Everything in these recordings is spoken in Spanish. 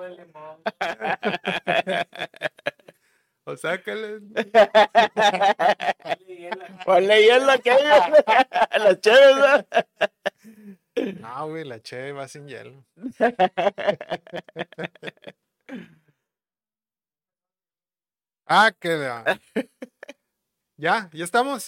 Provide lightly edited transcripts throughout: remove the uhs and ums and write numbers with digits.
O sácale. Ponle hielo que la chévere, ¿no? No, güey, la cheve va sin hielo. Ah, que la... Ya estamos.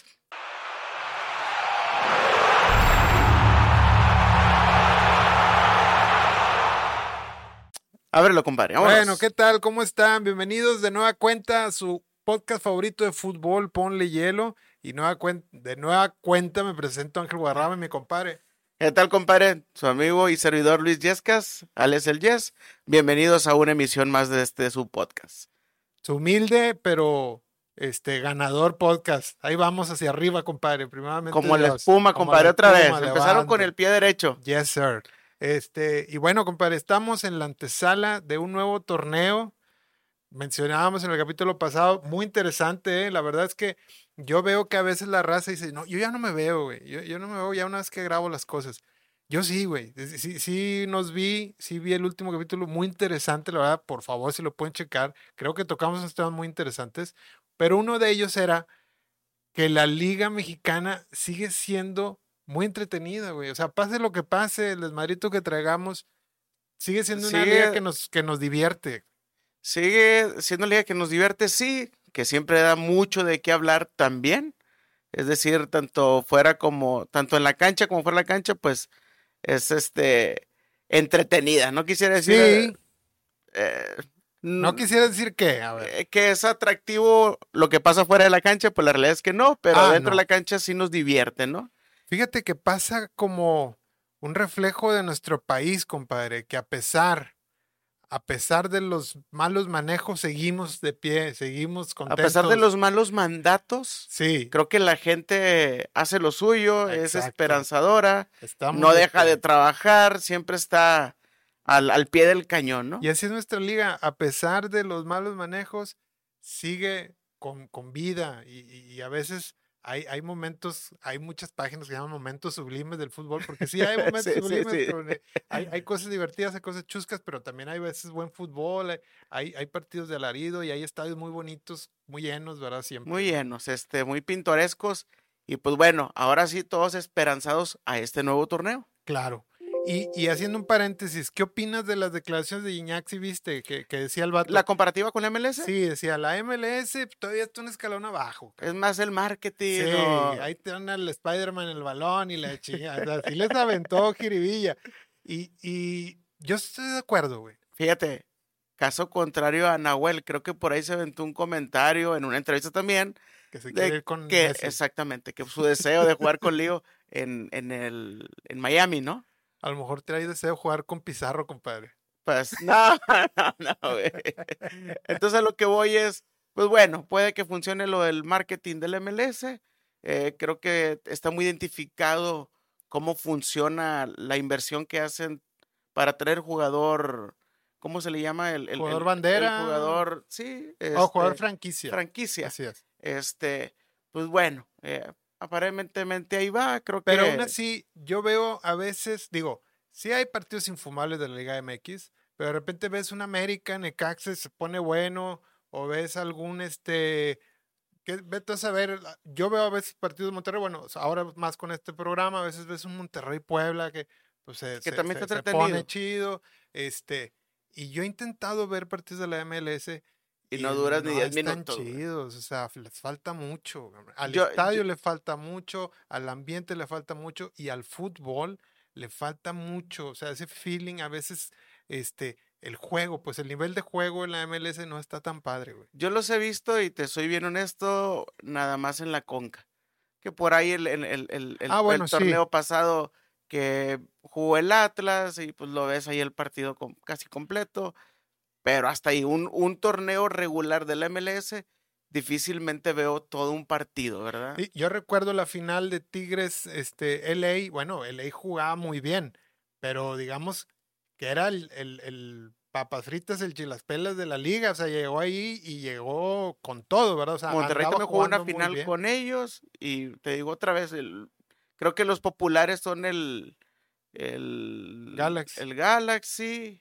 Ábrelo, compadre. Vámonos. Bueno, ¿qué tal? ¿Cómo están? Bienvenidos de nueva cuenta a su podcast favorito de fútbol, Ponle Hielo. Y de nueva cuenta me presento Ángel Guarrama, mi compadre. ¿Qué tal, compadre? Su amigo y servidor Luis Yescas, alias el Yes. Bienvenidos a una emisión más de su podcast. Su humilde, pero ganador podcast. Ahí vamos hacia arriba, compadre. Primeramente Como la Dios. espuma, Como compadre, la otra vez. espuma, Empezaron levante. con el pie derecho. Yes, sir. Y bueno, compadre, estamos en la antesala de un nuevo torneo. Mencionábamos en el capítulo pasado, muy interesante, ¿eh? La verdad es que yo veo que a veces la raza dice, no, yo ya no me veo, güey. Yo no me veo ya una vez que grabo las cosas. Yo sí, güey. Sí vi el último capítulo muy interesante, la verdad. Por favor, si lo pueden checar. Creo que tocamos unos temas muy interesantes. Pero uno de ellos era que la Liga Mexicana sigue siendo muy entretenida, güey. O sea, pase lo que pase, el desmadrito que traigamos, sigue siendo una liga que nos divierte. Sigue siendo una liga que nos divierte, sí, que siempre da mucho de qué hablar también. Es decir, tanto en la cancha como fuera de la cancha, pues es entretenida. No quisiera decir. Sí. No quisiera decir qué, a ver. Que es atractivo lo que pasa fuera de la cancha, pues la realidad es que no, pero dentro de la cancha sí nos divierte, ¿no? Fíjate que pasa como un reflejo de nuestro país, compadre, que a pesar de los malos manejos, seguimos de pie, seguimos contentos. A pesar de los malos mandatos, sí, creo que la gente hace lo suyo, exacto. Es esperanzadora, Estamos no deja de trabajar, siempre está al pie del cañón, ¿no? Y así es nuestra liga, a pesar de los malos manejos, sigue con vida y a veces hay momentos, hay muchas páginas que llaman momentos sublimes del fútbol, porque sí hay momentos sublimes, sí. pero hay cosas divertidas, hay cosas chuscas, pero también hay veces buen fútbol, hay partidos de alarido y hay estadios muy bonitos, muy llenos, ¿verdad? Siempre. Muy llenos, muy pintorescos y pues bueno, ahora sí todos esperanzados a este nuevo torneo. Claro. Y haciendo un paréntesis, ¿qué opinas de las declaraciones de Gignac? ¿Sí viste que decía el vato? ¿La comparativa con la MLS? Sí, decía, la MLS todavía está un escalón abajo. Es más el marketing. Sí, ¿no? ahí te dan al Spider-Man el balón y la chingada. O sea, sí les aventó jiribilla. Y yo estoy de acuerdo, güey. Fíjate, caso contrario a Nahuel, creo que por ahí se aventó un comentario en una entrevista también. Que se quiere ir con que, Messi. Exactamente, que su deseo de jugar con Leo en Miami, ¿no? A lo mejor trae deseo de jugar con Pizarro, compadre. Pues no, güey. Entonces a lo que voy es, pues bueno, puede que funcione lo del marketing del MLS. Creo que está muy identificado cómo funciona la inversión que hacen para traer jugador, ¿cómo se le llama? El jugador bandera. El jugador, sí. Jugador franquicia. Franquicia. Así es. Pues bueno, aparentemente ahí va, creo Pero que... aún así, yo veo a veces, digo, sí hay partidos infumables de la Liga MX, pero de repente ves un América, Necaxa se pone bueno, o ves algún vete a saber, yo veo a veces partidos de Monterrey, bueno, ahora más con este programa, a veces ves un Monterrey Puebla que pues también está se pone chido, y yo he intentado ver partidos de la MLS y no duras ni 10 minutos. Están chidos, o sea, les falta mucho. Al estadio le falta mucho, al ambiente le falta mucho y al fútbol le falta mucho. O sea, ese feeling a veces, el juego, pues el nivel de juego en la MLS no está tan padre, güey. Yo los he visto y te soy bien honesto, nada más en la Conca. Que por ahí el torneo pasado que jugó el Atlas y pues lo ves ahí el partido casi completo. Pero hasta ahí, un torneo regular de la MLS, difícilmente veo todo un partido, ¿verdad? Sí, yo recuerdo la final de Tigres, LA, bueno, LA jugaba muy bien, pero digamos que era el papas fritas, el chilaspelas de la liga, o sea, llegó ahí y llegó con todo, ¿verdad? O sea, Monterrey también jugó una final con ellos y te digo otra vez, creo que los populares son el Galaxy. El Galaxy.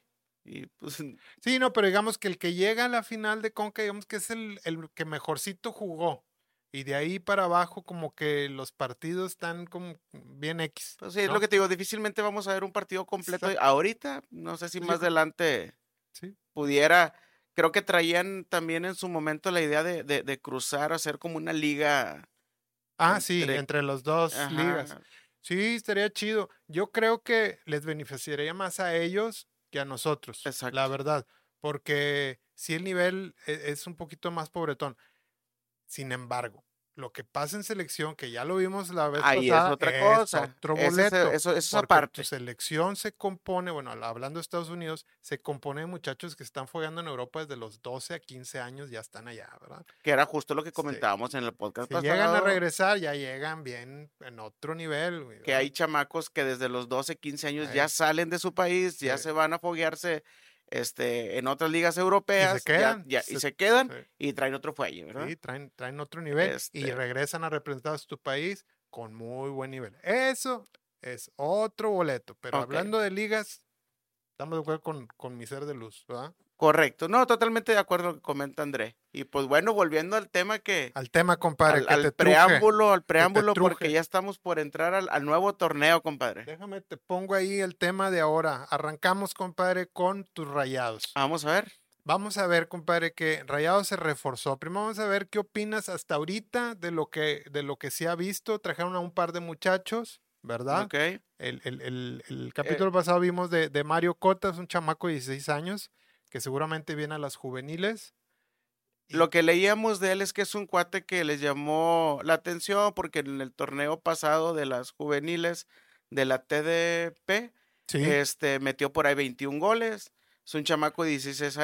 Y pues... Sí, no, pero digamos que el que llega a la final de Conca, digamos que es el que mejorcito jugó. Y de ahí para abajo como que los partidos están como bien X. Pues sí, es ¿no? lo que te digo, difícilmente vamos a ver un partido completo ahorita. No sé si más adelante pudiera... Creo que traían también en su momento la idea de cruzar, hacer como una liga. Sí, entre los dos ligas. Sí, estaría chido. Yo creo que les beneficiaría más a ellos que a nosotros, la verdad, porque si el nivel es un poquito más pobretón. Sin embargo, lo que pasa en selección, que ya lo vimos la vez pasada, es otra cosa. Otro boleto. Eso es porque aparte. Tu selección se compone, bueno, hablando de Estados Unidos, se compone de muchachos que están jugando en Europa desde los 12 a 15 años, ya están allá, ¿verdad? Que era justo lo que comentábamos en el podcast pasado. Si llegan a regresar, ya llegan bien en otro nivel. ¿verdad? Que hay chamacos que desde los 12, 15 años ya salen de su país, ya se van a foguearse en otras ligas europeas, y se quedan y traen otro fuelle, ¿verdad? Sí, traen otro nivel y regresan a representar a tu país con muy buen nivel. Eso es otro boleto, pero hablando de ligas, estamos de acuerdo con mi ser de luz, ¿verdad? Correcto, no, totalmente de acuerdo con lo que comenta André. Y pues bueno, volviendo al tema Al tema, compadre, al preámbulo, porque ya estamos por entrar al nuevo torneo, compadre. Déjame, te pongo ahí el tema de ahora. Arrancamos, compadre, con tus Rayados. Vamos a ver. Vamos a ver, compadre, que Rayados se reforzó. Primero vamos a ver qué opinas hasta ahorita de lo que se ha visto. Trajeron a un par de muchachos, ¿verdad? Ok. El capítulo pasado vimos de Mario Cotas, un chamaco de 16 años, que seguramente viene a las juveniles. Lo que leíamos de él es que es un cuate que les llamó la atención porque en el torneo pasado de las juveniles de la TDP, metió por ahí 21 goles. Es un chamaco de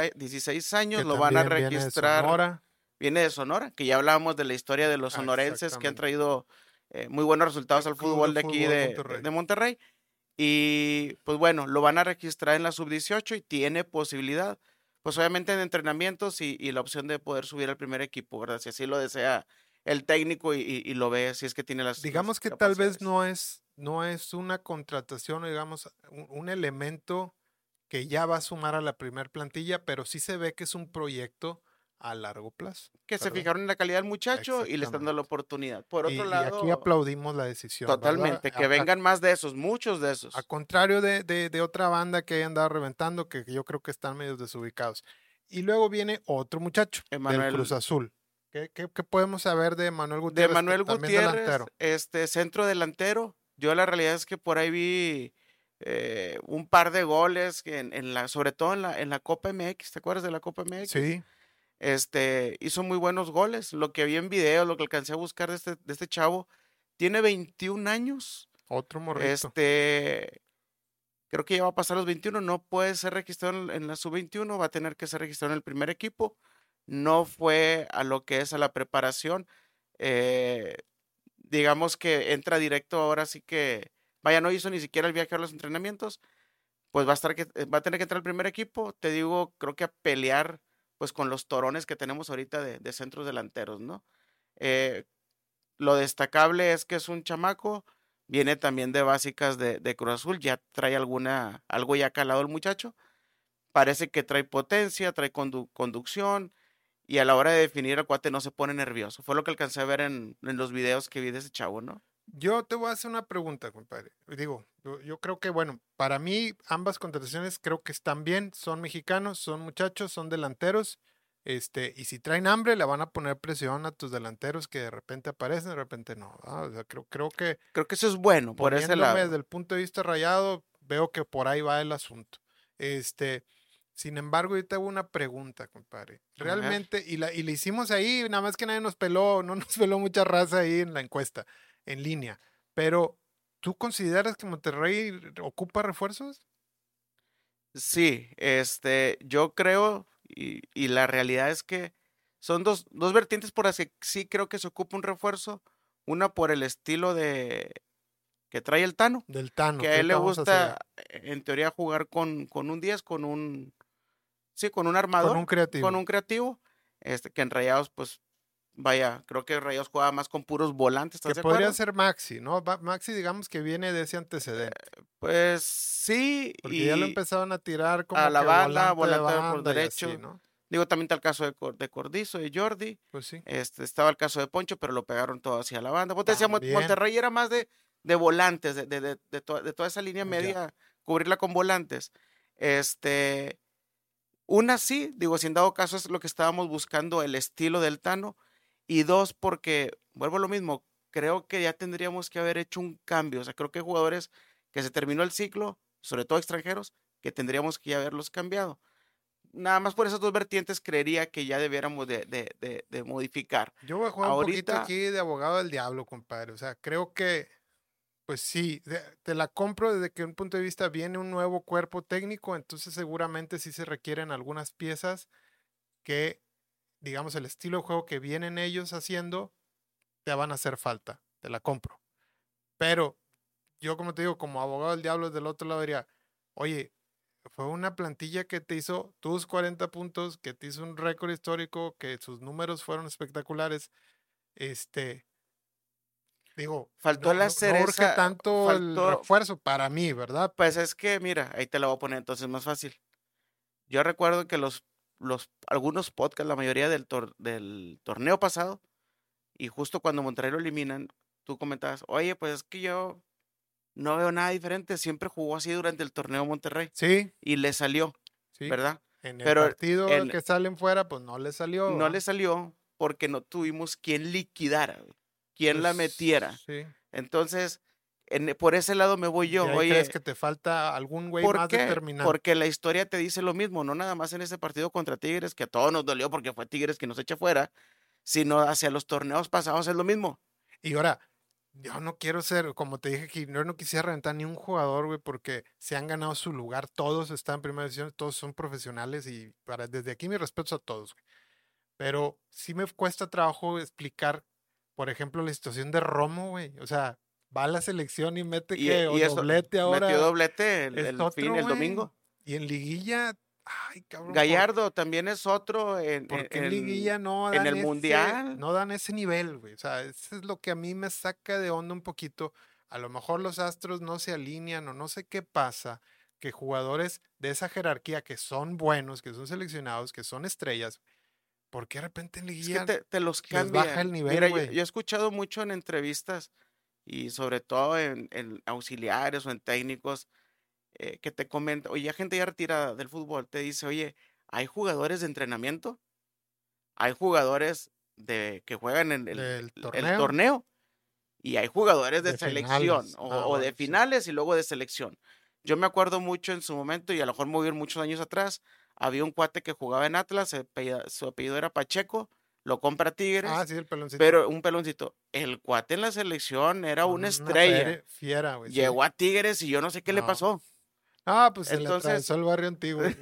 16 años, lo van a registrar. Viene de Sonora, que ya hablábamos de la historia de los sonorenses que han traído muy buenos resultados al fútbol de aquí de Monterrey. Y pues bueno, lo van a registrar en la sub-18 y tiene posibilidad, pues obviamente en entrenamientos y la opción de poder subir al primer equipo, ¿verdad? Si así lo desea el técnico y lo ve, si es que tiene las... Digamos que tal vez no es una contratación, digamos, un elemento que ya va a sumar a la primer plantilla, pero sí se ve que es un proyecto a largo plazo. Que se fijaron en la calidad del muchacho y le están dando la oportunidad. Por otro lado... Y aquí aplaudimos la decisión. Totalmente, ¿verdad? Que vengan más de esos, muchos de esos. A contrario de otra banda que haya andado reventando, que yo creo que están medio desubicados. Y luego viene otro muchacho del Cruz Azul. ¿Qué podemos saber de Manuel Gutiérrez? De Manuel Gutiérrez, centro delantero. Yo la realidad es que por ahí vi un par de goles, sobre todo en la Copa MX, ¿te acuerdas de la Copa MX? Sí. Hizo muy buenos goles. Lo que vi en video, lo que alcancé a buscar de este chavo, tiene 21 años. Otro morrito. Creo que ya va a pasar los 21. No puede ser registrado en la sub-21, va a tener que ser registrado en el primer equipo. No fue a lo que es a la preparación. Digamos que entra directo ahora, sí que, vaya, no hizo ni siquiera el viaje a los entrenamientos. Pues va a tener que entrar al primer equipo. Te digo, creo que a pelear pues con los torones que tenemos ahorita de centros delanteros, ¿no? Lo destacable es que es un chamaco, viene también de básicas de Cruz Azul, ya trae algo ya calado el muchacho, parece que trae potencia, trae conducción, y a la hora de definir al cuate no se pone nervioso. Fue lo que alcancé a ver en los videos que vi de ese chavo, ¿no? Yo te voy a hacer una pregunta, compadre. Digo, yo creo que, bueno, para mí ambas contrataciones creo que están bien, son mexicanos, son muchachos, son delanteros, y si traen hambre le van a poner presión a tus delanteros que de repente aparecen, de repente no. O sea, creo que eso es bueno por ese lado. Desde el punto de vista Rayado, veo que por ahí va el asunto. Sin embargo, yo te hago una pregunta, compadre. Realmente, y le hicimos ahí, nada más que nadie nos peló, no nos peló mucha raza ahí en la encuesta, en línea. Pero, ¿tú consideras que Monterrey ocupa refuerzos? Sí, yo creo, y la realidad es que son dos vertientes por las que sí creo que se ocupa un refuerzo. Una por el estilo que trae el Tano. Del Tano. Que a él le gusta, en teoría, jugar con un 10, con un armador. Con un creativo. Que en Rayados, pues, vaya, creo que Rayados jugaba más con puros volantes, ¿estás de podría acuerdo? ser Maxi, ¿no? Maxi, digamos que viene de ese antecedente. Pues sí, Porque ya lo empezaron a tirar a como la que banda, volante de volante por banda y así, derecho. ¿no? Digo, también está el caso de Cordizo y Jordi. Pues sí. Estaba el caso de Poncho, pero lo pegaron todo hacia la banda. Vos te decía, También. Monterrey era más de volantes, de toda esa línea media, cubrirla con volantes. Una sí, digo, si en dado caso es lo que estábamos buscando, el estilo del Tano. Y dos, porque, vuelvo a lo mismo, creo que ya tendríamos que haber hecho un cambio. O sea, creo que hay jugadores que se terminó el ciclo, sobre todo extranjeros, que tendríamos que ya haberlos cambiado. Nada más por esas dos vertientes creería que ya debiéramos de modificar. Yo voy a jugar un poquito Ahorita, aquí de abogado del diablo, compadre. O sea, creo que, pues sí, te la compro desde que un punto de vista viene un nuevo cuerpo técnico, entonces seguramente sí se requieren algunas piezas que, digamos, el estilo de juego que vienen ellos haciendo, te van a hacer falta. Te la compro. Pero yo, como te digo, como abogado del diablo, del otro lado diría, oye, fue una plantilla que te hizo tus 40 puntos, que te hizo un récord histórico, que sus números fueron espectaculares. Este, digo, faltó la no urge cereza, tanto el faltó, refuerzo para mí, ¿verdad? pues es que, mira, ahí te la voy a poner entonces más fácil. Yo recuerdo que algunos podcasts, la mayoría del torneo pasado, y justo cuando Monterrey lo eliminan, tú comentabas, oye, pues es que yo no veo nada diferente, siempre jugó así durante el torneo Monterrey, Sí, y le salió, sí. ¿verdad? En el Pero partido en, que salen fuera, pues no le salió, no ¿va? le salió porque no tuvimos quien liquidara, güey, quien la Pues metiera. sí. Entonces, por ese lado me voy ¿Y yo, ahí crees oye, que te falta algún güey ¿por más qué? determinante? Porque la historia te dice lo mismo, no nada más en ese partido contra Tigres, que a todos nos dolió porque fue Tigres que nos echa fuera, sino hacia los torneos pasados es lo mismo. Y ahora, yo no quiero ser, como te dije, que yo no quisiera rentar ni un jugador, güey, porque se han ganado su lugar, todos están en primera división, todos son profesionales y desde aquí mi respeto a todos, güey. Pero sí me cuesta trabajo explicar, por ejemplo, la situación de Romo, güey. O sea, va a la selección y mete que o Y eso, doblete metió ahora, doblete es fin, otro, el güey. domingo. Y en liguilla, ay, cabrón, Gallardo también es otro ¿por qué en liguilla no en dan el Mundial. ese nivel, güey? O sea, eso es lo que a mí me saca de onda un poquito. A lo mejor los Astros no se alinean o no sé qué pasa, que jugadores de esa jerarquía que son buenos, que son seleccionados, que son estrellas, ¿por qué de repente en Es que liguilla te los les baja el cambian. nivel, Mira, yo güey? he escuchado mucho en entrevistas y sobre todo en auxiliares o en técnicos que te comentan, oye, gente ya retirada del fútbol, te dice, oye, hay jugadores de entrenamiento, hay jugadores que juegan en Del el torneo torneo y hay jugadores de de selección finales. Ah, o de bueno, sí. finales y luego de selección. Yo me acuerdo mucho en su momento y a lo mejor me voy a ir muchos años atrás, había un cuate que jugaba en Atlas, su apellido era Pacheco, lo compra Ah, Tigres, sí, el peloncito. pero un peloncito, el cuate en la selección era una Una estrella. fiera, güey, sí. Llegó a Tigres y yo no sé qué le No. pasó. Ah, pues se le Entonces, atravesó el barrio antiguo.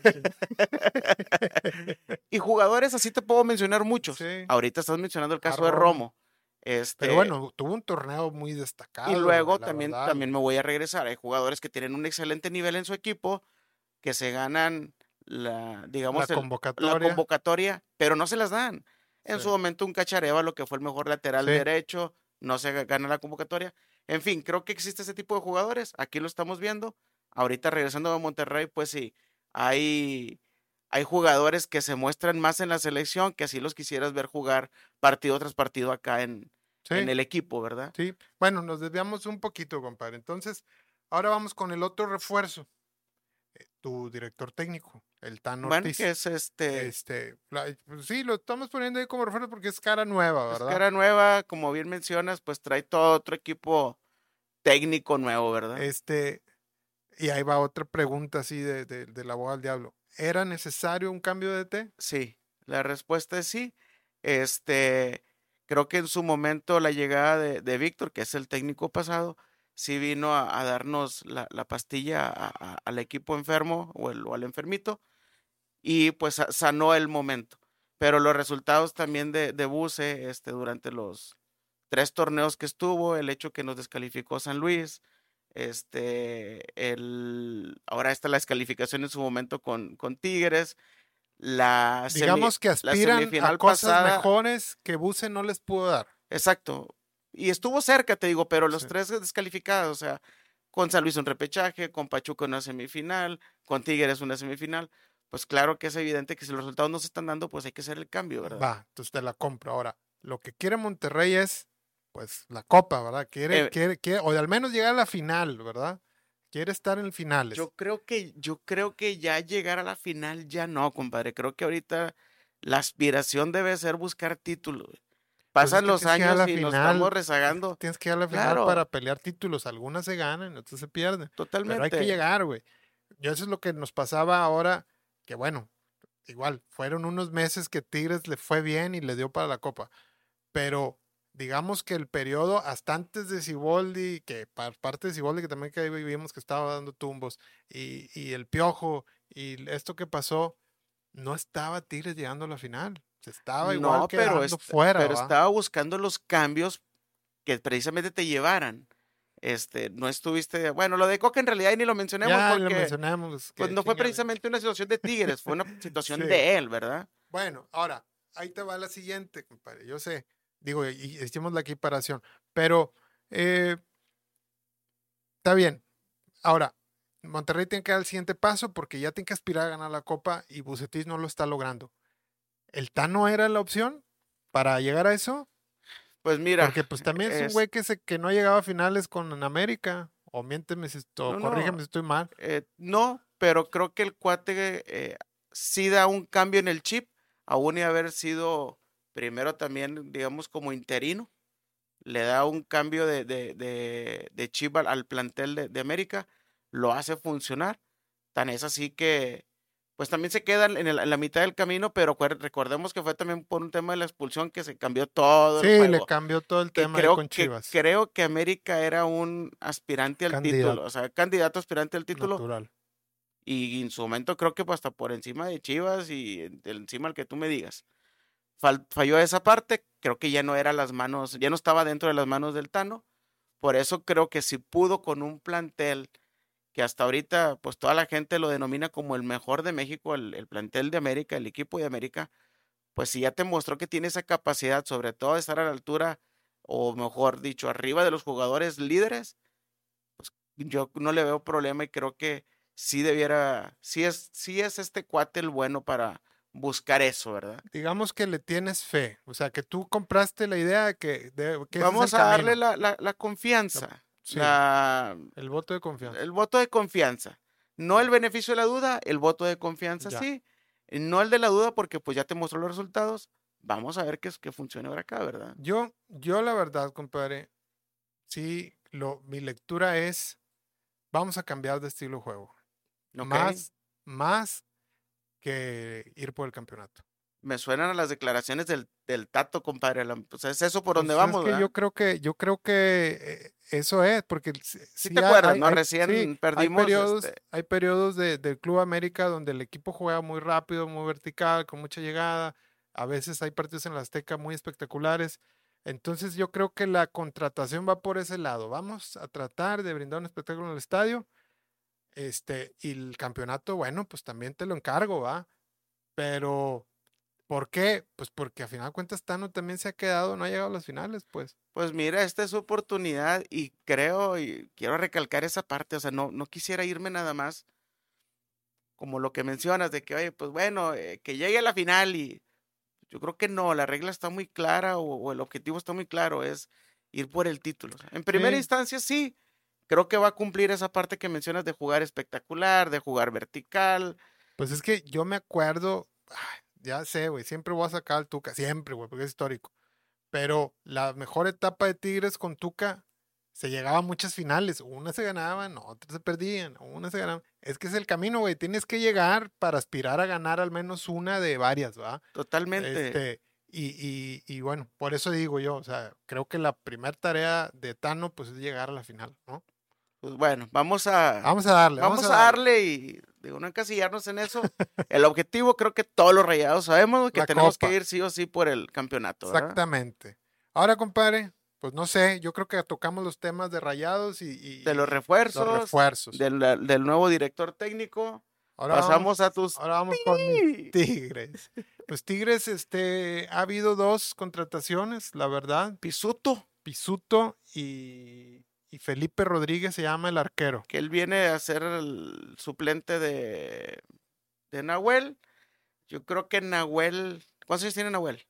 y jugadores así te puedo mencionar muchos. Sí, Ahorita estás mencionando el a caso de Romo. Romo. Pero bueno, tuvo un torneo muy Y destacado, güey, luego la también, verdad, también güey. me voy a regresar. Hay jugadores que tienen un excelente nivel en su equipo, que se ganan La digamos, la convocatoria, convocatoria, pero no se las dan. En sí, su momento un Cachareva, que fue el mejor lateral sí, derecho, no se gana la convocatoria. En fin, creo que existe ese tipo de jugadores. Aquí lo estamos viendo. Ahorita regresando a Monterrey, pues sí, hay, hay jugadores que se muestran más en la selección que así los quisieras ver jugar partido tras partido acá en sí, el equipo, ¿verdad? sí. Bueno, nos desviamos un poquito, compadre. Entonces, ahora vamos con el otro refuerzo, tu director técnico, el Tan Bueno, que Ortiz. es Pues sí, lo estamos poniendo ahí como refuerzo porque es cara nueva, es ¿verdad? cara nueva, como bien mencionas, pues trae todo otro equipo técnico nuevo, ¿verdad? Este, y ahí va otra pregunta así de la voz del diablo. ¿Era necesario un cambio de T? Sí, la respuesta es sí. Este, creo que en su momento la llegada de Víctor, que es el técnico pasado, sí vino a darnos la pastilla al equipo enfermo o al enfermito y pues sanó el momento. Pero los resultados también de Buse, durante los 3 torneos que estuvo, el hecho que nos descalificó San Luis, ahora está la descalificación en su momento con Tigres, Digamos que aspiran a cosas mejores que Buse no les pudo dar. Exacto. Y estuvo cerca, te digo, pero los tres descalificados, o sea, con San Luis un repechaje, con Pachuca una semifinal, con Tigres una semifinal. Pues claro que es evidente que si los resultados no se están dando, pues hay que hacer el cambio, ¿verdad? Va, entonces te la compro. Ahora, lo que quiere Monterrey es, pues, la Copa, ¿verdad? Quiere, o de al menos llegar a la final, ¿verdad? Quiere estar en finales. Yo creo que ya llegar a la final ya no, compadre. Creo que ahorita la aspiración debe ser buscar títulos. Pasan los años y nos estamos rezagando. Tienes que ir a la final para pelear títulos. Algunas se ganan, otras se pierden. Totalmente. Pero hay que llegar, güey. Eso es lo que nos pasaba ahora, que bueno, igual, fueron unos meses que Tigres le fue bien y le dio para la Copa. Pero digamos que el periodo hasta antes de Siboldi, que parte de Siboldi, que también que ahí vivimos que estaba dando tumbos, y el Piojo, y esto que pasó, no estaba Tigres llegando a la final. Se estaba igual quedando fuera. Pero estaba buscando los cambios que precisamente te llevaran. No estuviste, bueno, lo de Coca en realidad ni lo mencionemos porque lo mencionamos, pues no fue precisamente una situación de Tigres, fue una situación de él, ¿verdad? Bueno, ahora, ahí te va la siguiente, compadre. Yo sé, digo, y hicimos la equiparación, pero está bien. Ahora, Monterrey tiene que dar el siguiente paso porque ya tiene que aspirar a ganar la Copa y Bucetich no lo está logrando. ¿El Tano era la opción para llegar a eso? Pues mira. Porque pues también es un güey que no ha llegado a finales con América. O miénteme corrígeme si estoy mal. No, pero creo que el cuate sí da un cambio en el chip, aún y haber sido primero también, digamos, como interino. Le da un cambio de chip al plantel de América, lo hace funcionar. Tan es así que pues también se quedan en la mitad del camino, pero recordemos que fue también por un tema de la expulsión que se cambió todo el juego. Sí, le cambió todo el tema con Chivas. Creo que América era un aspirante al título, o sea, candidato aspirante al título. Natural. Y en su momento creo que hasta por encima de Chivas y encima del que tú me digas. Falló esa parte, creo que ya no era las manos, ya no estaba dentro de las manos del Tano. Por eso creo que si pudo con un plantel que hasta ahorita pues toda la gente lo denomina como el mejor de México, el plantel de América, el equipo de América, pues si ya te mostró que tiene esa capacidad, sobre todo de estar a la altura, o mejor dicho, arriba de los jugadores líderes, pues yo no le veo problema y creo que sí es este cuate el bueno para buscar eso, ¿verdad? Digamos que le tienes fe, o sea, que tú compraste la idea de que vamos a darle la confianza. Sí, el voto de confianza. El voto de confianza. No el beneficio de la duda, el voto de confianza sí. No el de la duda porque pues ya te mostró los resultados. Vamos a ver que funcione ahora acá, ¿verdad? Yo la verdad, compadre, sí, mi lectura es, vamos a cambiar de estilo de juego. Okay. Más que ir por el campeonato. Me suenan a las declaraciones del Tato, compadre. Pues es eso por donde vamos, es que yo creo que eso es, porque sí te acuerdas, ¿no? Recién perdimos. Hay periodos del Club América donde el equipo juega muy rápido, muy vertical, con mucha llegada. A veces hay partidos en la Azteca muy espectaculares. Entonces yo creo que la contratación va por ese lado. Vamos a tratar de brindar un espectáculo en el estadio. Y el campeonato, bueno, pues también te lo encargo, ¿va? Pero ¿por qué? Pues porque a final de cuentas Tano también se ha quedado, no ha llegado a las finales, pues. Pues mira, esta es su oportunidad y quiero recalcar esa parte, o sea, no quisiera irme nada más como lo que mencionas de que, oye, pues bueno, que llegue a la final y yo creo que no, la regla está muy clara o el objetivo está muy claro, es ir por el título. O sea, en primera instancia sí, creo que va a cumplir esa parte que mencionas de jugar espectacular, de jugar vertical. Pues es que yo me acuerdo, ya sé, güey, siempre voy a sacar al Tuca, siempre, güey, porque es histórico. Pero la mejor etapa de Tigres con Tuca se llegaba a muchas finales. Unas se ganaban, otras se perdían, unas se ganaban. Es que es el camino, güey. Tienes que llegar para aspirar a ganar al menos una de varias, ¿va? Totalmente. Y bueno, por eso digo yo, o sea, creo que la primera tarea de Tano, pues es llegar a la final, ¿no? Pues bueno, vamos a darle y digo, no encasillarnos en eso. El objetivo creo que todos los Rayados sabemos que tenemos que ir sí o sí por el campeonato, ¿verdad? Exactamente. Ahora, compadre, pues no sé, yo creo que tocamos los temas de Rayados y de los refuerzos. Del nuevo director técnico. Pasamos a tus... Ahora vamos con mis Tigres. Pues Tigres, ha habido 2 contrataciones, la verdad. Pisuto y Felipe Rodríguez se llama el arquero. Que él viene a ser el suplente de Nahuel. Yo creo que Nahuel... ¿Cuántos años tiene Nahuel?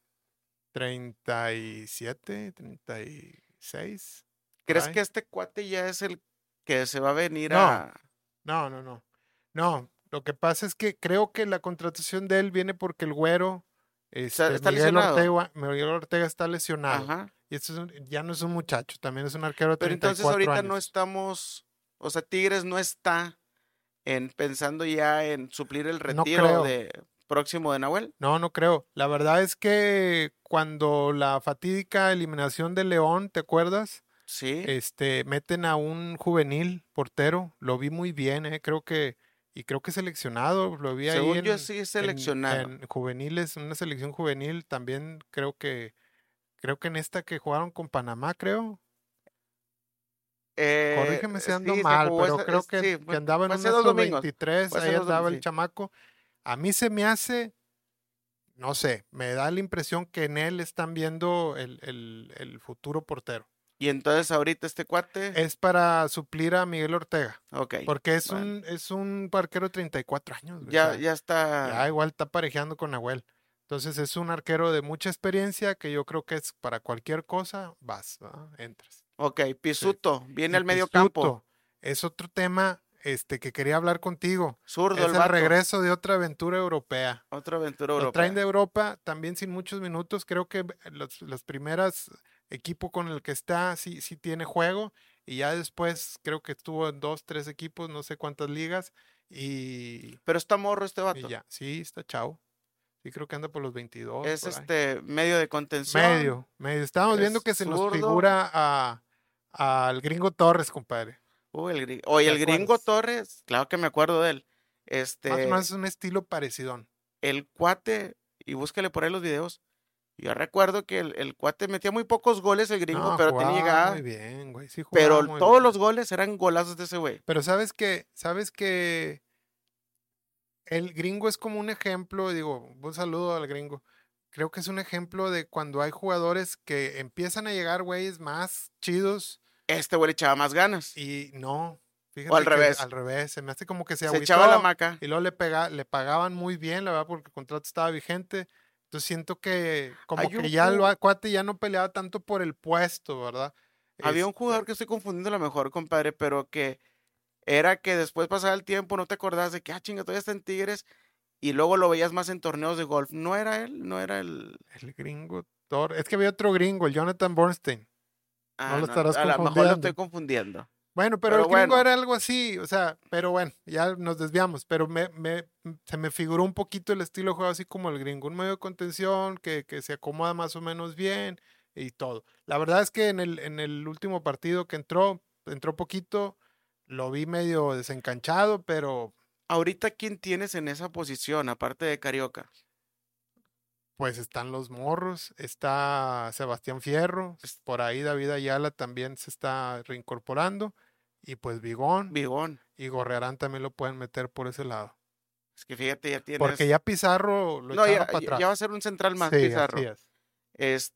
37, 36. ¿Crees que este cuate ya es el que se va a venir No. Lo que pasa es que creo que la contratación de él viene porque el güero, está Miguel lesionado. Ortega está lesionado. Ajá. Y ya no es un muchacho, también es un arquero de 34 Pero entonces ahorita años. no estamos, o sea, Tigres no está pensando ya en suplir el retiro próximo de Nahuel. No creo. La verdad es que cuando la fatídica eliminación de León, ¿te acuerdas? Sí. Meten a un juvenil portero, lo vi muy bien, creo que seleccionado, lo vi Según ahí yo sí es seleccionado. en juveniles, una selección juvenil, también creo que en esta que jugaron con Panamá, creo. Corrígeme si ando mal, pero creo que andaba en una sub-23, ahí andaba el chamaco. A mí se me hace, no sé, me da la impresión que en él están viendo el futuro portero. Y entonces ahorita este cuate es para suplir a Miguel Ortega. Ok. Porque es un arquero de 34 años. Ya está. Ya igual está parejeando con Nahuel. Entonces es un arquero de mucha experiencia que yo creo que es para cualquier cosa, entras. Ok, Pisuto, viene al medio campo. Es otro tema que quería hablar contigo. Zurdo, es el regreso de otra aventura europea. Lo traen de Europa, también sin muchos minutos. Creo que los primeras equipo con el que está sí tiene juego. Y ya después creo que estuvo en 2, 3 equipos, no sé cuántas ligas. Pero está morro este vato. Y ya, sí, está chavo. Sí, creo que anda por los 22. Es medio de contención. Medio. Estábamos viendo que se nos figura al Gringo Torres, compadre. El Gringo Torres, claro que me acuerdo de él. Más o menos es un estilo parecidón. El cuate, y búscale por ahí los videos. Yo recuerdo que el cuate metía muy pocos goles el Gringo, pero tenía llegada. Muy bien, güey. Sí, pero todos los goles eran golazos de ese güey. Pero sabes que el Gringo es como un ejemplo, digo, un saludo al Gringo. Creo que es un ejemplo de cuando hay jugadores que empiezan a llegar güeyes más chidos. Este güey le echaba más ganas. Y no, fíjate. O al revés. Al revés, se me hace como que se echaba la maca. Y luego le pagaban muy bien, la verdad, porque el contrato estaba vigente. Entonces siento que como que ya el cuate ya no peleaba tanto por el puesto, ¿verdad? Había un jugador que estoy confundiendo a lo mejor, compadre, pero que era que después pasaba el tiempo, no te acordabas de que, chinga, todavía está en Tigres, y luego lo veías más en torneos de golf. ¿No era él? ¿No era el...? El Gringo Torres. Es que había otro gringo, el Jonathan Bernstein. No lo estarás confundiendo. A lo mejor lo estoy confundiendo. Bueno, pero el gringo era algo así, o sea, pero bueno, ya nos desviamos, pero se me figuró un poquito el estilo de juego así como el gringo, un medio de contención que se acomoda más o menos bien y todo. La verdad es que en el último partido que entró poquito, lo vi medio desencanchado, pero... ¿Ahorita quién tienes en esa posición, aparte de Carioca? Pues están los morros, está Sebastián Fierro, por ahí David Ayala también se está reincorporando, y pues Vigón y Gorrearán también lo pueden meter por ese lado. Es que fíjate, ya tienes... Porque ya Pizarro lo echaba para atrás. Ya va a ser un central más, sí, Pizarro. Así es.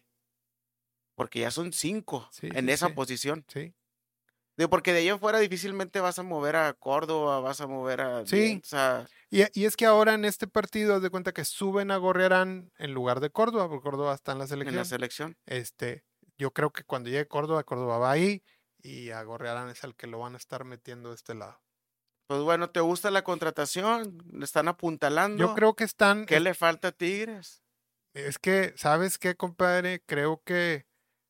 Porque ya son 5 en esa posición. Sí. Porque de ahí en fuera difícilmente vas a mover a Córdoba, vas a mover a... Sí. Y es que ahora en este partido, haz de cuenta que suben a Gorrearán en lugar de Córdoba, porque Córdoba está en la selección. En la selección. Yo creo que cuando llegue Córdoba va ahí, y a Gorrearán es el que lo van a estar metiendo de este lado. Pues bueno, ¿te gusta la contratación? ¿Le están apuntalando? Yo creo que están... ¿Qué le falta a Tigres? Es que, ¿sabes qué, compadre? Creo que,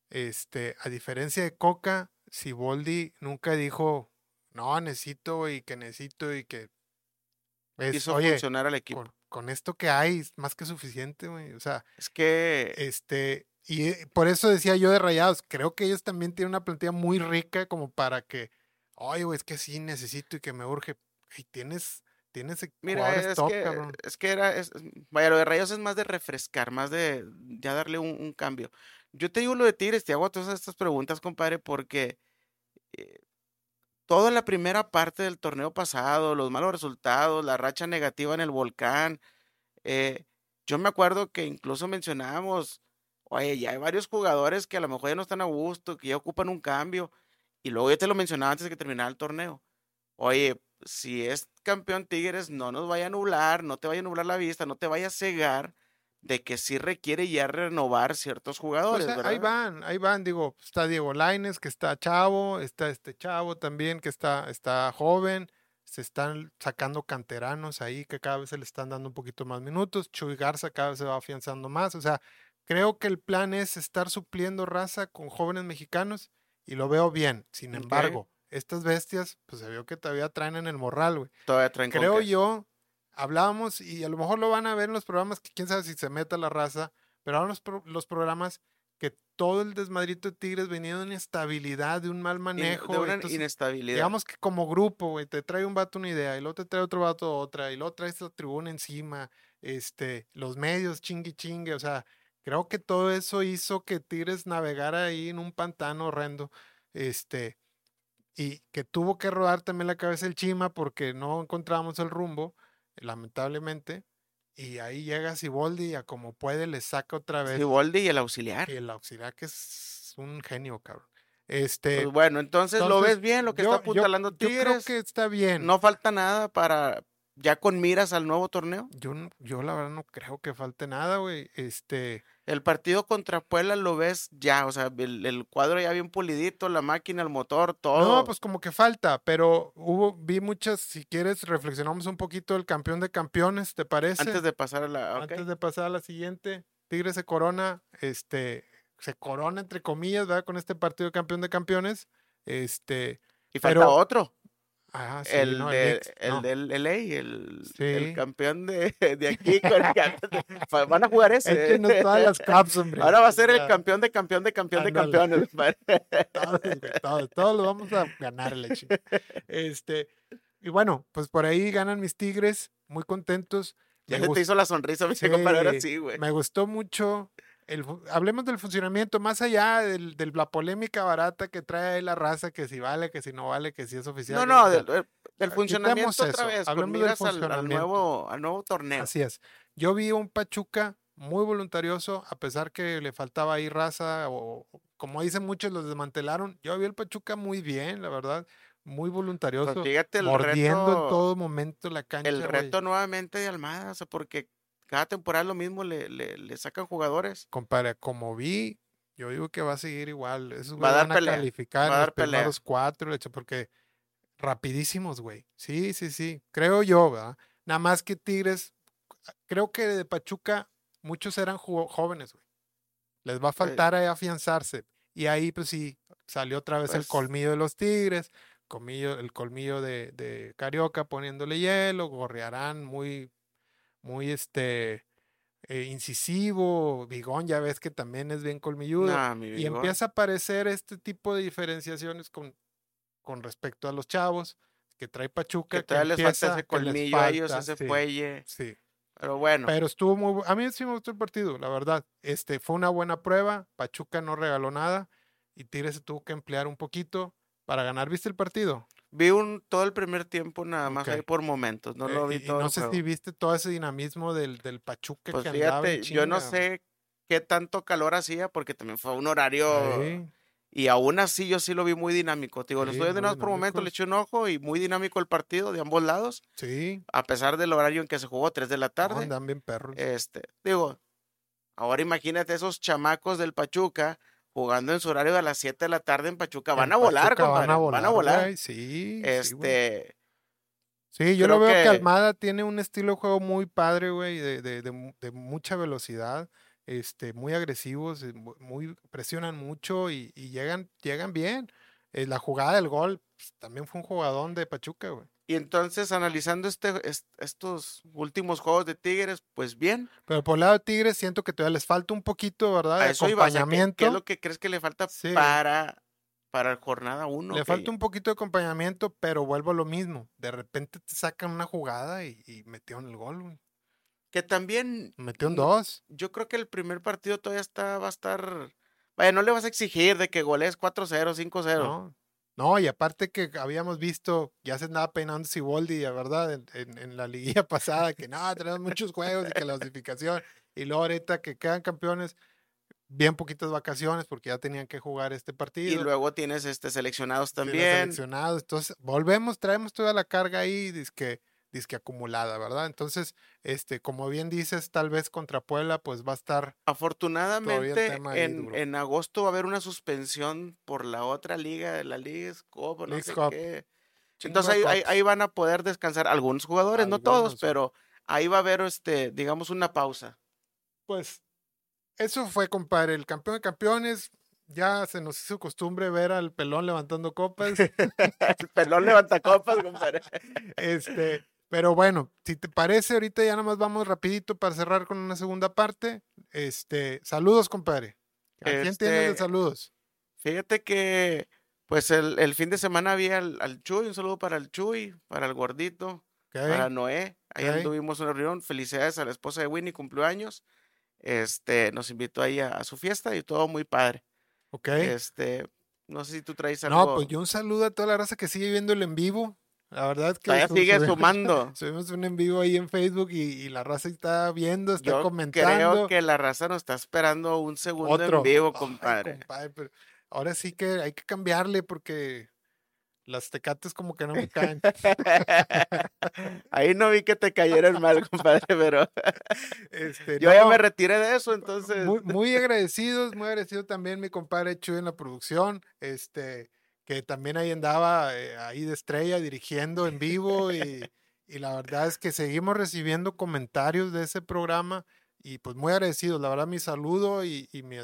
a diferencia de Coca, Siboldi nunca dijo, no, necesito y que... hizo funcionar al equipo. Con esto que hay, es más que suficiente, güey. O sea, es que... y por eso decía yo de Rayados, creo que ellos también tienen una plantilla muy rica como para que, oye, güey, es que sí necesito y que me urge. Y tienes Mira, top, cabrón. Vaya, lo de Rayados es más de refrescar, más de ya darle un cambio. Yo te digo lo de Tigres, te hago todas estas preguntas, compadre, porque toda la primera parte del torneo pasado, los malos resultados, la racha negativa en el Volcán. Yo me acuerdo que incluso mencionábamos, oye, ya hay varios jugadores que a lo mejor ya no están a gusto, que ya ocupan un cambio. Y luego ya te lo mencionaba antes de que terminara el torneo. Oye, si es campeón Tigres, no nos vaya a nublar, no te vaya a nublar la vista, no te vaya a cegar de que sí requiere ya renovar ciertos jugadores, Pues ¿verdad? ahí van, digo, está Diego Lainez, que está chavo, está este chavo también, que está joven, se están sacando canteranos ahí, que cada vez se le están dando un poquito más minutos, Chuy Garza cada vez se va afianzando más, o sea, creo que el plan es estar supliendo raza con jóvenes mexicanos y lo veo bien, sin Ok, embargo, estas bestias, pues se vio que todavía traen en el morral, güey. todavía traen con Creo queso. yo, hablábamos y a lo mejor lo van a ver en los programas, que quién sabe si se meta la raza, pero ahora los programas que todo el desmadrito de Tigres venía de una inestabilidad, de un mal De manejo. una Entonces, inestabilidad. digamos que como grupo, güey, te trae un vato una idea, y luego te trae otro vato otra, y luego trae esta tribuna encima, los medios chingue chingue, o sea, creo que todo eso hizo que Tigres navegara ahí en un pantano horrendo, este, y que tuvo que rodar también la cabeza el Chima porque no encontrábamos el rumbo, lamentablemente. Y ahí llega Siboldi y a como puede le saca otra vez. Siboldi y el auxiliar. Y el auxiliar que es un genio, cabrón. Pues bueno, entonces lo ves Entonces, bien, lo que está apuntalando yo creo Tigres. que está bien. No falta nada para ya con miras al nuevo torneo. Yo la verdad no creo que falte nada, güey. El partido contra Puebla lo ves ya, o sea, el cuadro ya bien pulidito, la máquina, el motor, No, todo. pues como que falta, pero vi muchas, si quieres, reflexionamos un poquito del campeón de campeones, ¿te Antes parece? de pasar a la, ok. Antes de pasar a la siguiente, Tigres se corona entre comillas, ¿verdad? Con este partido de campeón de campeones. Este, Y falta pero, otro, sí, no, el Knicks, el no, del LA, el sí. campeón de aquí. Van a jugar ese. Échenos todas las caps, hombre. Ahora va a O ser el sea, campeón de campeón de campeón de ándale. campeones. Todos, güey, todos lo vamos a ganar, la chinga. Este, y bueno, pues por ahí ganan mis Tigres, muy contentos. Ya Me se te gustó. hizo la sonrisa, mi compadre, ahora Sí, sí, güey. me gustó mucho. Hablemos del funcionamiento, más allá de la polémica barata que trae ahí la raza, que si vale, que si no vale, que si es oficial, No, que no es no, oficial. del Quitemos funcionamiento otra eso, vez, con hablemos del miras funcionamiento. al nuevo torneo. Así es. Yo vi un Pachuca muy voluntarioso, a pesar que le faltaba ahí raza, o como dicen muchos, los desmantelaron. Yo vi el Pachuca muy bien, la verdad, muy Pues voluntarioso, fíjate mordiendo en todo momento la el cancha, güey. reto nuevamente de Almada, o sea, porque cada temporada lo mismo, le sacan jugadores. Compadre, como vi, yo digo que va a seguir igual. Esos Va a güeyes dar van a pelea, calificar va en a los dar pelea. primeros cuatro, porque rapidísimos, güey. Sí, sí, sí. Creo yo, ¿verdad? Nada más que Tigres, creo que de Pachuca muchos eran jóvenes, güey. Les va a Pues, faltar ahí afianzarse. Y ahí, pues sí, salió otra vez el pues, colmillo de los Tigres, el colmillo de Carioca poniéndole hielo, Gorriarán muy incisivo, Bigón ya ves que también es bien colmilludo, nada, mi y Bigón. empieza a aparecer este tipo de diferenciaciones con respecto a los chavos que trae Que Pachuca, todavía les falta ese que les colmillo a ellos, falta, ese sí, fuelle. sí. Pero bueno, Pero a mí sí me gustó el partido, la verdad. Fue una buena prueba, Pachuca no regaló nada y Tigres se tuvo que emplear un poquito para ganar. ¿Viste el partido? vi todo el primer tiempo nada Ok. más ahí por momentos, no lo vi Y todo no el sé si juego. viste todo ese dinamismo del Pachuca Pues que andaba en fíjate, yo no chinga. sé qué tanto calor hacía porque también fue un horario Ahí, y aún así yo sí lo vi muy dinámico. Te digo, lo sí, estoy viendo muy nada más por momentos, le dinámicos. eché un ojo y muy dinámico el partido de ambos lados, Sí, a pesar del horario en que se jugó, 3 de la no, tarde. andan bien perros. Digo, ahora imagínate esos chamacos del Pachuca jugando en su horario de las 7 de la tarde en Pachuca. Van En a volar, Pachuca van a compadre, van a volar, volar. güey. Sí, sí, güey. Este, Sí, yo lo creo veo que que Almada tiene un estilo de juego muy padre, güey, de mucha velocidad, muy agresivos, presionan mucho y llegan bien. La jugada del gol, pues, también fue un jugadón de Pachuca, güey. y entonces analizando estos últimos juegos de Tigres, pues bien, Pero por el lado de Tigres siento que todavía les falta un poquito, ¿verdad? a De eso iba, o sea, ¿qué es acompañamiento. lo que crees que le falta Sí, para jornada uno? le falta un poquito de acompañamiento, pero vuelvo a lo mismo. De repente te sacan una jugada y metieron el gol, güey. Que también, Metieron dos. yo creo que el primer partido todavía va a estar, vaya, no le vas a exigir de que golees 4-0, 5-0. No, No, y aparte que habíamos visto, ya se andaba peinando Siboldi, ¿verdad? En la liguilla pasada, que no, tenemos muchos juegos y que la clasificación, y luego ahorita que quedan campeones, bien poquitas vacaciones porque ya tenían que jugar este partido. Y luego tienes seleccionados también. Seleccionados, entonces traemos toda la carga ahí, disque acumulada, ¿verdad? Entonces, como bien dices, tal vez contra Puebla, pues va a estar. Afortunadamente, en agosto va a haber una suspensión por la otra liga, de la Leagues Cup, no sé qué. Entonces ahí van a poder descansar algunos jugadores, no todos, pero ahí va a haber, digamos, una pausa. Pues, eso fue, compadre, el campeón de campeones. Ya se nos hizo costumbre ver al pelón levantando copas. El pelón levanta copas, compadre. Pero bueno, si te parece, ahorita ya nomás vamos rapidito para cerrar con una segunda parte. Saludos, compadre. ¿A quién tienes de saludos? Fíjate que, pues, el fin de semana había al Chuy, un saludo para el Chuy, para el Gordito, para Noé. Ahí tuvimos una reunión. Felicidades a la esposa de Winnie, cumplió años. Nos invitó ahí a su fiesta y todo muy padre. Ok. No sé si tú traes algo. No, pues yo un saludo a toda la raza que sigue viendo el en vivo. La verdad es que todavía sigue sumando. Subimos un en vivo ahí en Facebook y la raza está viendo, está comentando. Creo que la raza nos está esperando un segundo en vivo, compadre. Ay, compadre, pero ahora sí que hay que cambiarle porque las tecates como que no me caen. Ahí no vi que te cayeran mal, compadre, pero yo ya me retiré de eso, entonces. Muy agradecido también mi compadre Chuy en la producción, que también ahí andaba ahí de estrella dirigiendo en vivo y la verdad es que seguimos recibiendo comentarios de ese programa y pues muy agradecidos, la verdad mi saludo y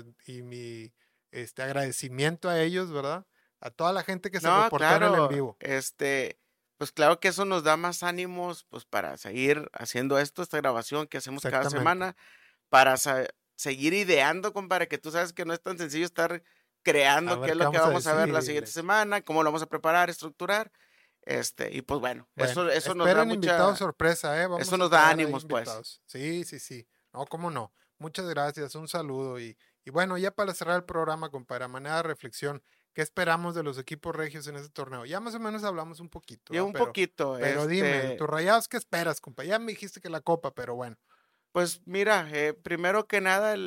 mi agradecimiento a ellos, ¿verdad? A toda la gente que se reportó en el en vivo. Pues claro que eso nos da más ánimos pues para seguir haciendo esta grabación que hacemos cada semana, para seguir ideando, compadre, que tú sabes que no es tan sencillo estar creando qué es lo que vamos a ver la siguiente semana, cómo lo vamos a preparar, estructurar, y pues bueno, eso nos da mucha. Invitado sorpresa, eso nos da ánimos, pues. Sí. No, cómo no. Muchas gracias, un saludo y bueno, ya para cerrar el programa, compadre, a manera de reflexión, ¿qué esperamos de los equipos regios en este torneo? Ya más o menos hablamos un poquito. Ya un poquito. Pero dime, ¿tus Rayados qué esperas, compadre? Ya me dijiste que la Copa, pero bueno. Pues mira, primero que nada,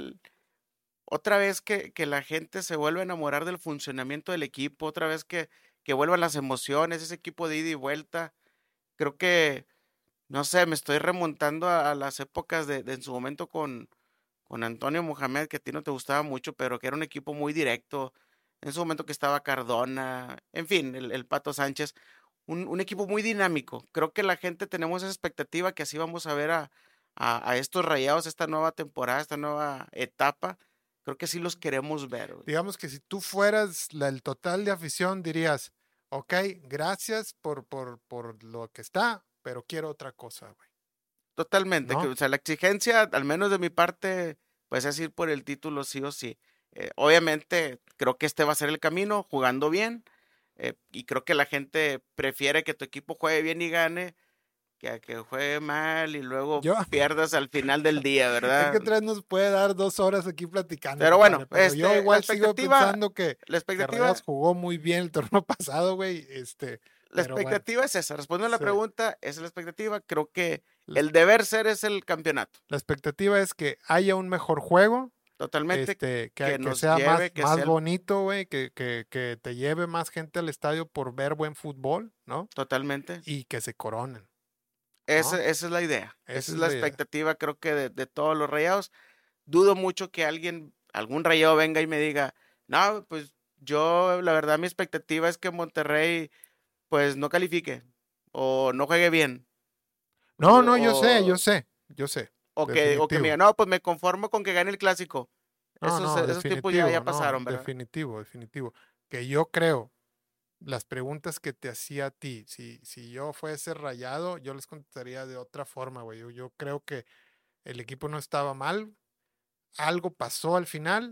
otra vez que la gente se vuelva a enamorar del funcionamiento del equipo, otra vez que vuelvan las emociones, ese equipo de ida y vuelta. Creo que, no sé, me estoy remontando a las épocas de en su momento con Antonio Mohamed, que a ti no te gustaba mucho, pero que era un equipo muy directo. En su momento que estaba Cardona, en fin, el Pato Sánchez, un equipo muy dinámico. Creo que la gente tenemos esa expectativa que así vamos a ver a estos Rayados esta nueva temporada, esta nueva etapa. Creo que sí los queremos ver. Güey. Digamos que si tú fueras el total de afición, dirías, ok, gracias por lo que está, pero quiero otra cosa, güey. Totalmente. ¿No? O sea, la exigencia, al menos de mi parte, pues es ir por el título sí o sí. Obviamente, creo que este va a ser el camino, jugando bien. Y creo que la gente prefiere que tu equipo juegue bien y gane que a que juegue mal y luego pierdas al final del día, ¿verdad? Es que tres nos puede dar 2 horas aquí platicando. Pero bueno, pero yo igual sigo pensando que Rayados jugó muy bien el torneo pasado, güey. La expectativa es esa. Respondiendo a la pregunta, esa es la expectativa. Creo que el deber ser es el campeonato. La expectativa es que haya un mejor juego. Totalmente. Que sea más bonito, güey, que te lleve más gente al estadio por ver buen fútbol, ¿no? Totalmente. Y que se coronen. Esa es la idea. Esa es la expectativa, creo que de todos los Rayados. Dudo mucho que algún Rayado venga y me diga, no, pues yo, la verdad, mi expectativa es que Monterrey, pues, no califique o no juegue bien. No, yo sé. O que me diga, no, pues me conformo con que gane el clásico. Esos tipos ya pasaron, ¿verdad? Definitivo. Que yo creo, las preguntas que te hacía a ti, si yo fuese Rayado, yo les contestaría de otra forma, güey. Yo creo que el equipo no estaba mal. Algo pasó al final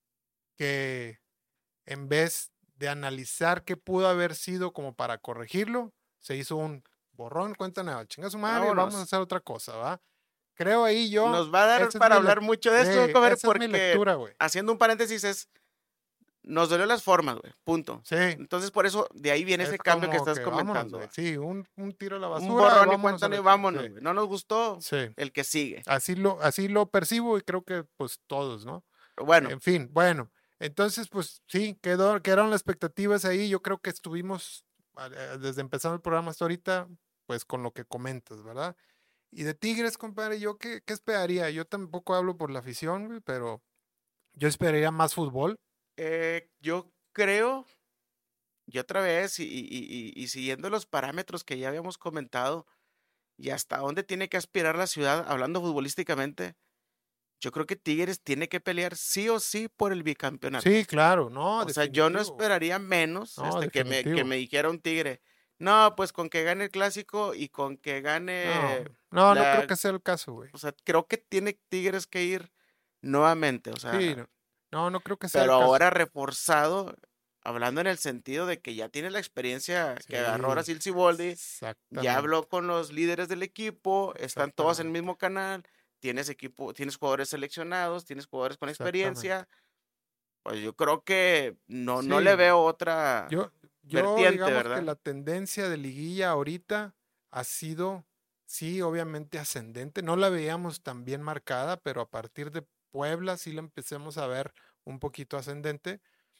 que en vez de analizar qué pudo haber sido como para corregirlo, se hizo un borrón, cuenta nada, chinga su madre, vamos a hacer otra cosa, ¿va? Creo ahí yo. Nos va a dar para hablar mucho de esto, porque es mi lectura, haciendo un paréntesis nos dolió las formas, güey, punto. Sí. Entonces, por eso, de ahí viene ese cambio que estás comentando. Vámonos, sí, un tiro a la basura. Un borrón y cuenta y vámonos, güey. No nos gustó, el que sigue. Así lo percibo y creo que, pues, todos, ¿no? Bueno. En fin, bueno. Entonces, pues, sí, quedaron las expectativas ahí. Yo creo que estuvimos, desde empezando el programa hasta ahorita, pues, con lo que comentas, ¿verdad? Y de Tigres, compadre, ¿yo qué esperaría? Yo tampoco hablo por la afición, güey, pero yo esperaría más fútbol. Yo creo, y otra vez, y siguiendo los parámetros que ya habíamos comentado, y hasta dónde tiene que aspirar la ciudad, hablando futbolísticamente, yo creo que Tigres tiene que pelear sí o sí por el bicampeonato. Sí, claro, no, o sea, yo no esperaría menos que me dijera un Tigre, no, pues con que gane el clásico y con que gane... No creo que sea el caso, güey. O sea, creo que tiene Tigres que ir nuevamente, o sea... Sí, no creo que sea el caso. Pero ahora caso. reforzado, hablando en el sentido de que ya tiene la experiencia que agarró ahora sí el Siboldi, ya habló con los líderes del equipo, están todos en el mismo canal, tienes jugadores seleccionados, tienes jugadores con experiencia, pues yo creo que no le veo otra vertiente, digamos ¿verdad? que la tendencia de liguilla ahorita ha sido, sí, obviamente ascendente, no la veíamos tan bien marcada, pero a partir de Puebla sí la empecemos a ver un poquito ascendente,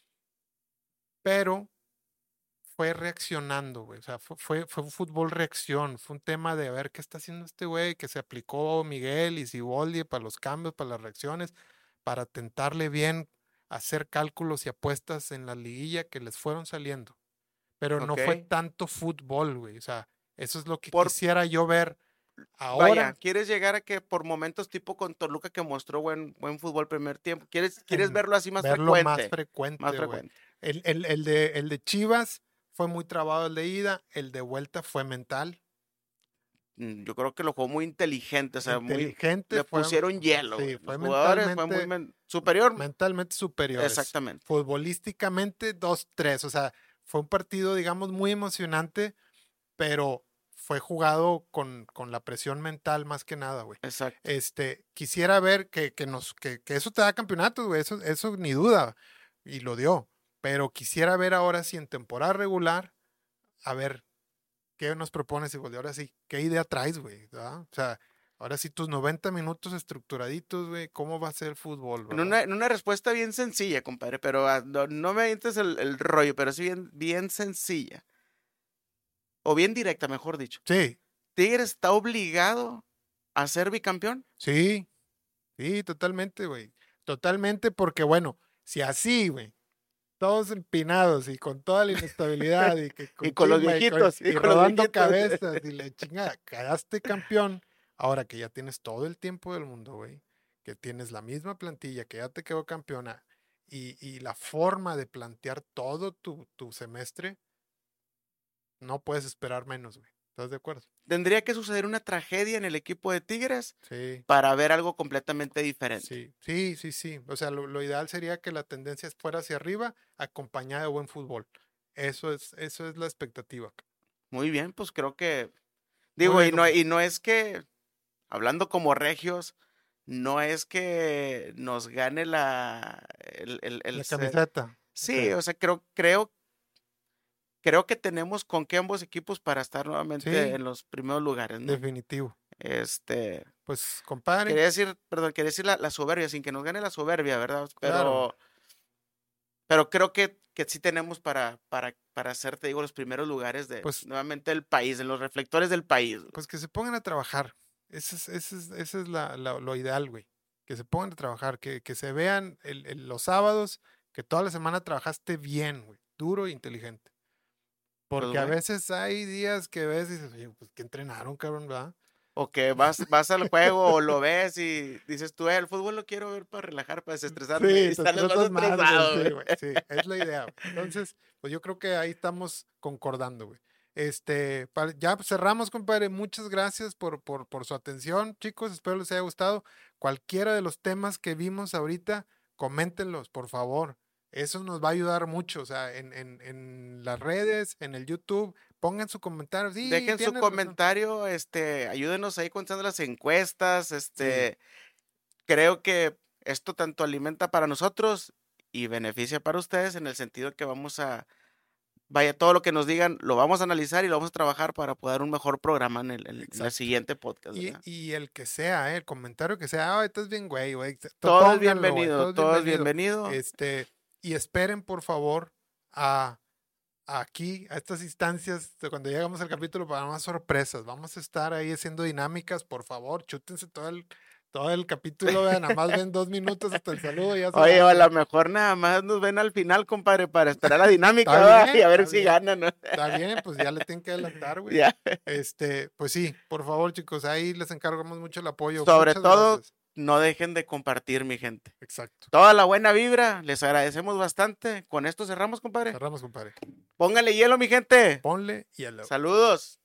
pero fue reaccionando, güey. O sea, fue un fútbol reacción. Fue un tema de a ver qué está haciendo este güey, que se aplicó Miguel y Siboldi para los cambios, para las reacciones, para tentarle bien hacer cálculos y apuestas en la liguilla que les fueron saliendo. Pero no fue tanto fútbol, güey. O sea, eso es lo que quisiera yo ver ahora. Vaya, ¿quieres llegar a que por momentos tipo con Toluca que mostró buen fútbol primer tiempo? ¿Quieres verlo así más frecuente? Más frecuente. El de Chivas fue muy trabado el de ida, el de vuelta fue mental. Yo creo que lo jugó muy inteligente, o sea, inteligente, le pusieron hielo. Sí, fue muy superior. Mentalmente superior. Exactamente. Futbolísticamente 2-3, o sea, fue un partido, digamos, muy emocionante, pero fue jugado con la presión mental más que nada, güey. Exacto. Quisiera ver que eso te da campeonato, güey, eso ni duda, y lo dio. Pero quisiera ver ahora si en temporada regular, a ver, ¿qué nos propones, igual? Ahora sí, ¿qué idea traes, güey? O sea, ahora sí tus 90 minutos estructuraditos, güey, ¿cómo va a ser el fútbol? En una respuesta bien sencilla, compadre, pero no me dientes el rollo, pero sí bien sencilla. O bien directa, mejor dicho. Sí. ¿Tigres está obligado a ser bicampeón? Sí, totalmente, güey. Totalmente, porque bueno, si así, güey, todos empinados y con toda la inestabilidad y con los viejitos y rodando cabezas y le chingada, quedaste campeón. Ahora que ya tienes todo el tiempo del mundo, güey, que tienes la misma plantilla, que ya te quedó campeona y la forma de plantear todo tu semestre, no puedes esperar menos, güey. ¿Estás de acuerdo? Tendría que suceder una tragedia en el equipo de Tigres sí. para ver algo completamente diferente. Sí. O sea, lo ideal sería que la tendencia fuera hacia arriba, acompañada de buen fútbol. Eso es la expectativa. Muy bien, pues creo que... Digo, y no es que, hablando como regios, no es que nos gane la camiseta. Sí, okay. O sea, creo que tenemos con qué ambos equipos para estar nuevamente en los primeros lugares, ¿no? Definitivo. Pues, compadre. Quería decir la soberbia, sin que nos gane la soberbia, ¿verdad? Pero creo que sí tenemos para hacer, te digo, los primeros lugares de nuevamente el país, en los reflectores del país. Pues que se pongan a trabajar. Ese es lo ideal, güey. Que se pongan a trabajar, que se vean los sábados, que toda la semana trabajaste bien, güey. Duro e inteligente. Porque a veces hay días que ves y dices, oye, pues que entrenaron, cabrón, ¿verdad? O que vas al juego o lo ves y dices tú, el fútbol lo quiero ver para relajar, para desestresarme. Sí, y sales más estresado, güey. Sí, es la idea, güey. Entonces, pues yo creo que ahí estamos concordando, güey. Ya cerramos, compadre. Muchas gracias por su atención, chicos. Espero les haya gustado. Cualquiera de los temas que vimos ahorita, coméntenlos, por favor. Eso nos va a ayudar mucho, o sea, en las redes, en el YouTube, pongan su comentario. Sí, dejen su comentario, ayúdenos ahí contando las encuestas, creo que esto tanto alimenta para nosotros y beneficia para ustedes en el sentido que vaya, todo lo que nos digan lo vamos a analizar y lo vamos a trabajar para poder dar un mejor programa en el siguiente podcast. Y el que sea, el comentario que sea, ay, estás bien, güey. Todo es bienvenido, todo es bienvenido. Y esperen, por favor, aquí, a estas instancias, de cuando llegamos al capítulo, para más sorpresas. Vamos a estar ahí haciendo dinámicas, por favor, chútense todo el capítulo, nada más ven 2 minutos hasta el saludo. Ya oye, a lo mejor nada más nos ven al final, compadre, para esperar la dinámica bien, y a ver si ganan, ¿no? Está bien, pues ya le tienen que adelantar, güey. Pues sí, por favor, chicos, ahí les encargamos mucho el apoyo. Sobre todo, gracias. No dejen de compartir, mi gente. Exacto. Toda la buena vibra, les agradecemos bastante. Con esto cerramos, compadre. Cerramos, compadre. Póngale hielo, mi gente. Ponle hielo. Saludos.